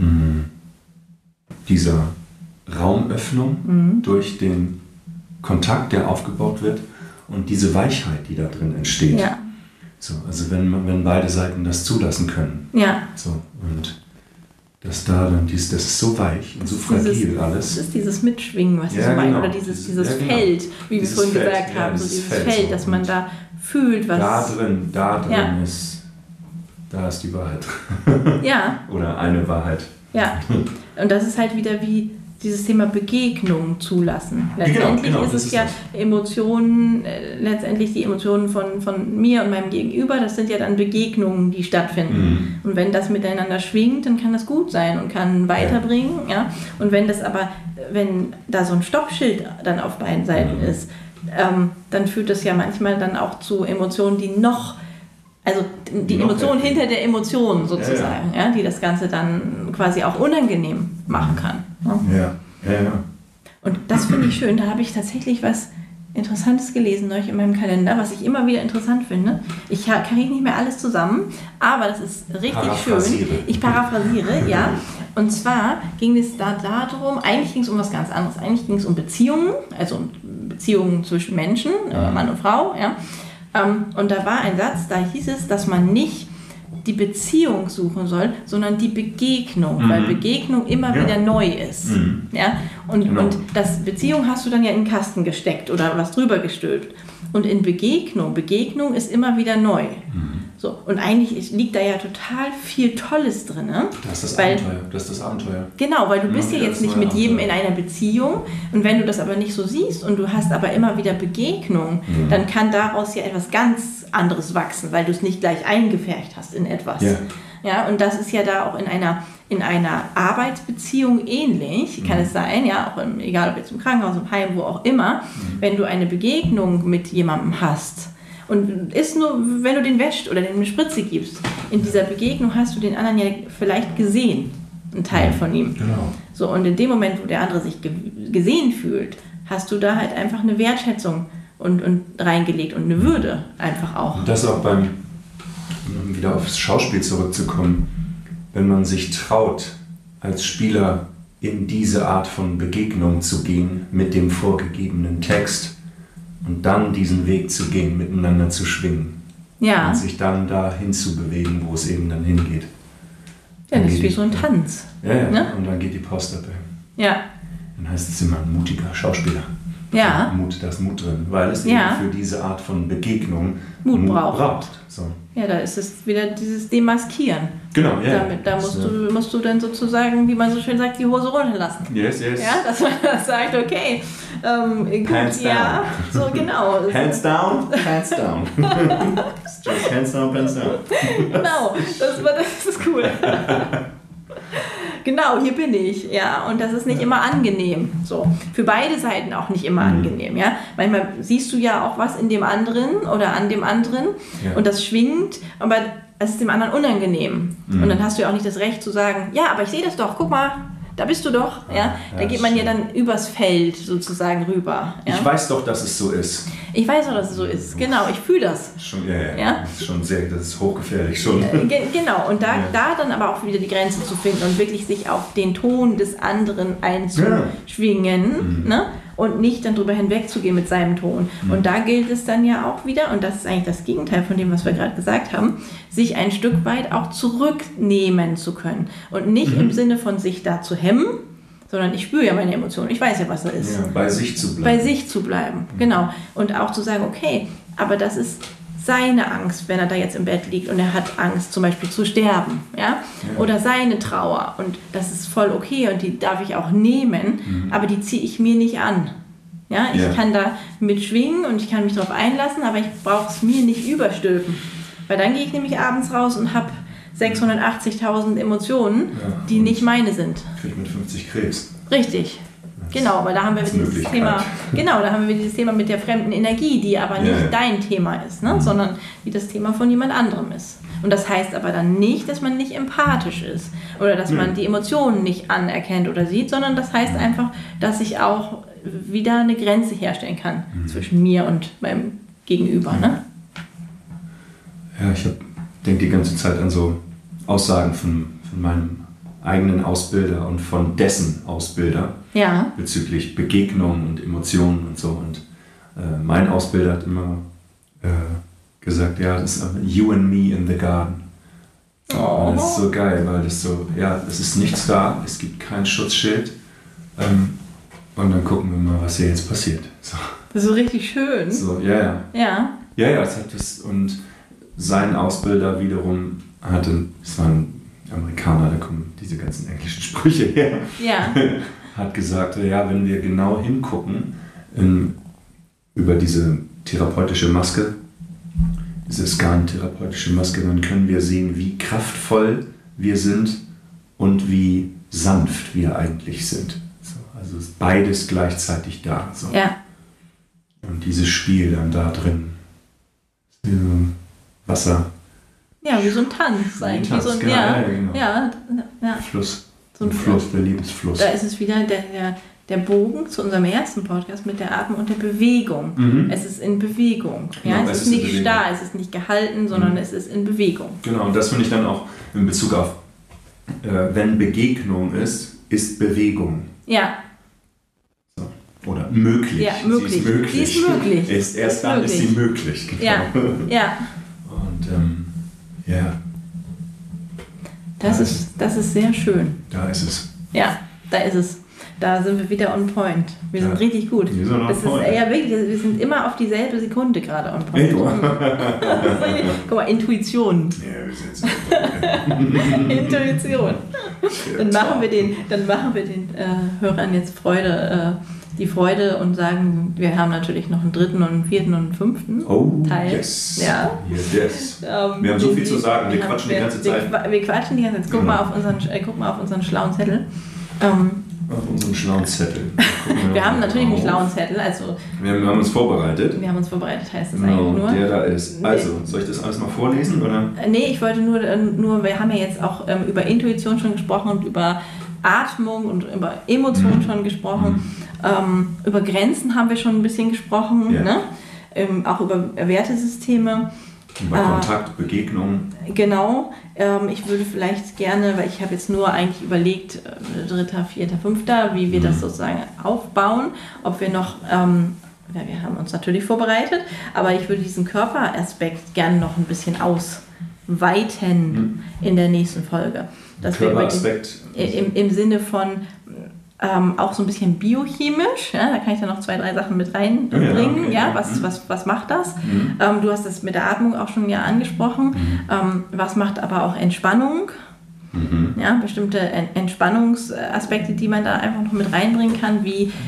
dieser Raumöffnung durch den Kontakt, der aufgebaut wird und diese Weichheit, die da drin entsteht. Ja. So, also wenn beide Seiten das zulassen können. Ja. So, und das da dann, das ist so weich und so fragil alles. Das ist dieses Mitschwingen, was ich so meine, oder dieses Feld, wie wir vorhin gesagt haben, so dieses Feld, dass man da fühlt, was... Da drin ist... Da ist die Wahrheit. Ja. Oder eine Wahrheit. Ja. Und das ist halt wieder wie dieses Thema Begegnung zulassen. Letztendlich ist es ja Emotionen, letztendlich die Emotionen von mir und meinem Gegenüber, das sind ja dann Begegnungen, die stattfinden. Und wenn das miteinander schwingt, dann kann das gut sein und kann weiterbringen. Ja. Und wenn da so ein Stoppschild dann auf beiden Seiten ist, dann führt das ja manchmal dann auch zu Emotionen, die also die Emotion hinter der Emotion sozusagen, die das Ganze dann quasi auch unangenehm machen kann. Ja. Und das finde ich schön. Da habe ich tatsächlich was Interessantes gelesen neulich in meinem Kalender, was ich immer wieder interessant finde. Ich kriege nicht mehr alles zusammen, aber das ist richtig schön. Ich paraphrasiere, ja. Und zwar ging es darum, eigentlich ging es um was ganz anderes. Eigentlich ging es um Beziehungen, also um Beziehungen zwischen Menschen, Mann und Frau, ja. Und da war ein Satz, da hieß es, dass man nicht die Beziehung suchen soll, sondern die Begegnung, weil Begegnung immer wieder neu ist. Ja? Und das Beziehung hast du dann ja in den Kasten gesteckt oder was drüber gestülpt. Und in Begegnung ist immer wieder neu. So, und eigentlich liegt da ja total viel Tolles drin. Ne? Das ist das Abenteuer. Genau, weil du bist ja jetzt nicht mit jedem in einer Beziehung und wenn du das aber nicht so siehst und du hast aber immer wieder Begegnung, dann kann daraus ja etwas ganz anderes wachsen, weil du es nicht gleich eingefärbt hast in etwas. Ja, und das ist ja da auch in einer Arbeitsbeziehung ähnlich, kann es sein, ja, auch egal ob jetzt im Krankenhaus, im Heim, wo auch immer, wenn du eine Begegnung mit jemandem hast. Und ist nur, wenn du den wäschst oder eine Spritze gibst, in dieser Begegnung hast du den anderen ja vielleicht gesehen, einen Teil von ihm. Genau. So, und in dem Moment, wo der andere sich gesehen fühlt, hast du da halt einfach eine Wertschätzung und reingelegt und eine Würde einfach auch. Und das auch um wieder aufs Schauspiel zurückzukommen, wenn man sich traut, als Spieler in diese Art von Begegnung zu gehen mit dem vorgegebenen Text, und dann diesen Weg zu gehen, miteinander zu schwingen. Ja. Und sich dann dahin zu bewegen, wo es eben dann hingeht. Ja, das ist wie so ein Tanz. Ja. Ne? Und dann geht die Post ab. Ja. Dann heißt es immer ein mutiger Schauspieler. Ja. Da ist Mut drin, weil es eben für diese Art von Begegnung Mut braucht. So. Ja, da ist es wieder dieses Demaskieren. Genau, ja. Da musst du dann sozusagen, wie man so schön sagt, die Hose runterlassen. Yes. Ja, dass man sagt, okay, gut, hands down. Ja, so genau. Hands down, pants down. Just hands down, pants down. Genau, das ist cool. Genau, hier bin ich, ja, und das ist nicht immer angenehm, so, für beide Seiten auch nicht immer angenehm, ja, manchmal siehst du ja auch was in dem anderen oder an dem anderen und das schwingt, aber es ist dem anderen unangenehm und dann hast du ja auch nicht das Recht zu sagen, ja, aber ich sehe das doch, guck mal, da bist du doch, ja, da geht man ja dann übers Feld sozusagen rüber. Ja? Ich weiß doch, dass es so ist. Ich weiß doch, dass es so ist, genau, ich fühle das. Schon, ja. Das ist schon das ist hochgefährlich schon. Genau, und da dann aber auch wieder die Grenze zu finden und wirklich sich auf den Ton des anderen einzuschwingen, ne? Und nicht dann drüber hinwegzugehen mit seinem Ton. Und da gilt es dann ja auch wieder, und das ist eigentlich das Gegenteil von dem, was wir gerade gesagt haben, sich ein Stück weit auch zurücknehmen zu können. Und nicht im Sinne von sich da zu hemmen, sondern ich spüre ja meine Emotionen, ich weiß ja, was da ist. Ja, bei sich zu bleiben. Bei sich zu bleiben, genau. Und auch zu sagen, okay, aber das ist seine Angst, wenn er da jetzt im Bett liegt und er hat Angst, zum Beispiel zu sterben, ja? Oder seine Trauer und das ist voll okay und die darf ich auch nehmen, aber die ziehe ich mir nicht an. Ja? Ich kann da mitschwingen und ich kann mich darauf einlassen, aber ich brauche es mir nicht überstülpen, weil dann gehe ich nämlich abends raus und habe 680.000 Emotionen, die nicht meine sind. Krieg mit 50 Krebs. Richtig. Genau, weil da haben wir dieses Thema mit der fremden Energie, die aber nicht dein Thema ist, ne? Sondern die das Thema von jemand anderem ist. Und das heißt aber dann nicht, dass man nicht empathisch ist oder dass man die Emotionen nicht anerkennt oder sieht, sondern das heißt einfach, dass ich auch wieder eine Grenze herstellen kann zwischen mir und meinem Gegenüber. Ne? Ja, ich denke die ganze Zeit an so Aussagen von meinem eigenen Ausbilder und von dessen Ausbilder bezüglich Begegnungen und Emotionen und so. Und mein Ausbilder hat immer gesagt, ja, das ist you and me in the garden. Oh. Und das ist so geil, weil das so, es ist nichts da, es gibt kein Schutzschild. Und dann gucken wir mal, was hier jetzt passiert. So. Das ist so richtig schön. So, ja, das hat das. Und sein Ausbilder wiederum es war ein Amerikaner, da kommen diese ganzen englischen Sprüche her, hat gesagt, wenn wir genau hingucken über diese therapeutische Maske, diese skantherapeutische Maske, dann können wir sehen, wie kraftvoll wir sind und wie sanft wir eigentlich sind. So, also ist beides gleichzeitig da. So. Ja. Und dieses Spiel dann da drin, Wasser. Ja, wie so ein Tanz eigentlich. Wie so ein Tanz, genau. Fluss. So ein Fluss, der Lebensfluss. Da ist es wieder der Bogen zu unserem ersten Podcast mit der Atmung und der Bewegung. Es ist in Bewegung. Genau, es ist nicht starr, es ist nicht gehalten, sondern es ist in Bewegung. Genau, und das finde ich dann auch in Bezug auf, wenn Begegnung ist Bewegung. Ja. So. Oder möglich. Ja, möglich. Sie ist möglich. Erst dann ist sie möglich. Genau. Ja. Und Das ist sehr schön. Da ist es. Ja, da ist es. Da sind wir wieder on point. Wir sind richtig gut. Wir sind on point. Wirklich, wir sind immer auf dieselbe Sekunde gerade on point. Guck mal, Intuition. Ja, wir sind Intuition. Dann machen wir den Hörern jetzt die Freude und sagen, wir haben natürlich noch einen 3. und einen 4. und einen 5. Teil. Yes. Ja. Yes. Wir haben so viel zu sagen. Wir quatschen die ganze Zeit. Wir quatschen die ganze Zeit. Guck mal auf unseren schlauen Zettel. Auf unserem schlauen Zettel. Wir haben natürlich einen schlauen Zettel. Also wir haben uns vorbereitet. Heißt das eigentlich nur. Der da ist. Also, soll ich das alles mal vorlesen? Oder? Nee, ich wollte nur, wir haben ja jetzt auch über Intuition schon gesprochen und über Atmung und über Emotionen schon gesprochen. Über Grenzen haben wir schon ein bisschen gesprochen. Ja. Ne? Auch über Wertesysteme. Über Kontakt, Begegnung. Genau. Ich würde vielleicht gerne, weil ich habe jetzt nur eigentlich überlegt, 3., 4., 5., wie wir das sozusagen aufbauen, ob wir noch, wir haben uns natürlich vorbereitet, aber ich würde diesen Körperaspekt gerne noch ein bisschen ausweiten in der nächsten Folge. Körperaspekt. Im Sinne von auch so ein bisschen biochemisch, da kann ich dann noch 2, 3 Sachen mit reinbringen, was macht das? Du hast das mit der Atmung auch schon angesprochen, was macht aber auch Entspannung, bestimmte Entspannungsaspekte, die man da einfach noch mit reinbringen kann,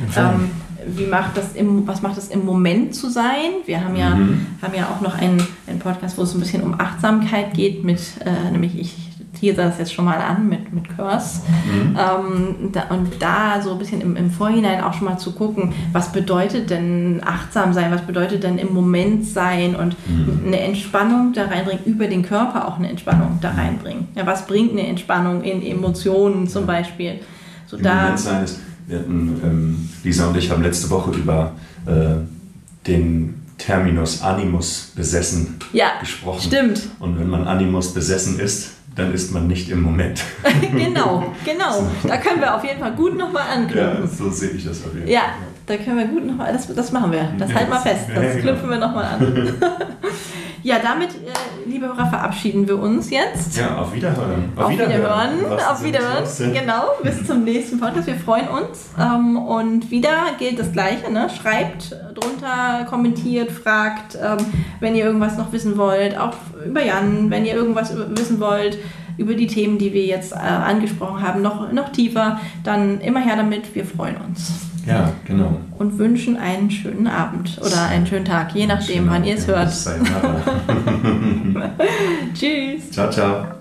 was macht das im Moment zu sein? Wir haben ja auch noch einen Podcast, wo es ein bisschen um Achtsamkeit geht, nämlich ich teaser das jetzt schon mal an mit Curse. Und da so ein bisschen im Vorhinein auch schon mal zu gucken, was bedeutet denn achtsam sein, was bedeutet denn im Moment sein und eine Entspannung da reinbringen, über den Körper auch eine Entspannung da reinbringen. Ja, was bringt eine Entspannung in Emotionen zum Beispiel? So Im Moment sein ist, Lisa und ich haben letzte Woche über den Terminus Animus besessen gesprochen. Stimmt. Und wenn man Animus besessen ist, dann ist man nicht im Moment. Genau. Da können wir auf jeden Fall gut nochmal anknüpfen. Ja, so sehe ich das auf jeden Fall. Ja, da können wir gut nochmal, das machen wir. Das halten wir fest, das knüpfen wir nochmal an. Ja, damit, liebe Hörer, verabschieden wir uns jetzt. Ja, auf Wiederhören. Auf Wiederhören, genau. Bis zum nächsten Podcast. Wir freuen uns. Und wieder gilt das Gleiche. Ne? Schreibt drunter, kommentiert, fragt, wenn ihr irgendwas noch wissen wollt. Auch über Jan, wenn ihr irgendwas wissen wollt über die Themen, die wir jetzt angesprochen haben, noch tiefer, dann immer her damit. Wir freuen uns. Ja, genau. Und wünschen einen schönen Abend oder einen schönen Tag, je nachdem, wann ihr es hört. Sayonara. Tschüss. Ciao, ciao.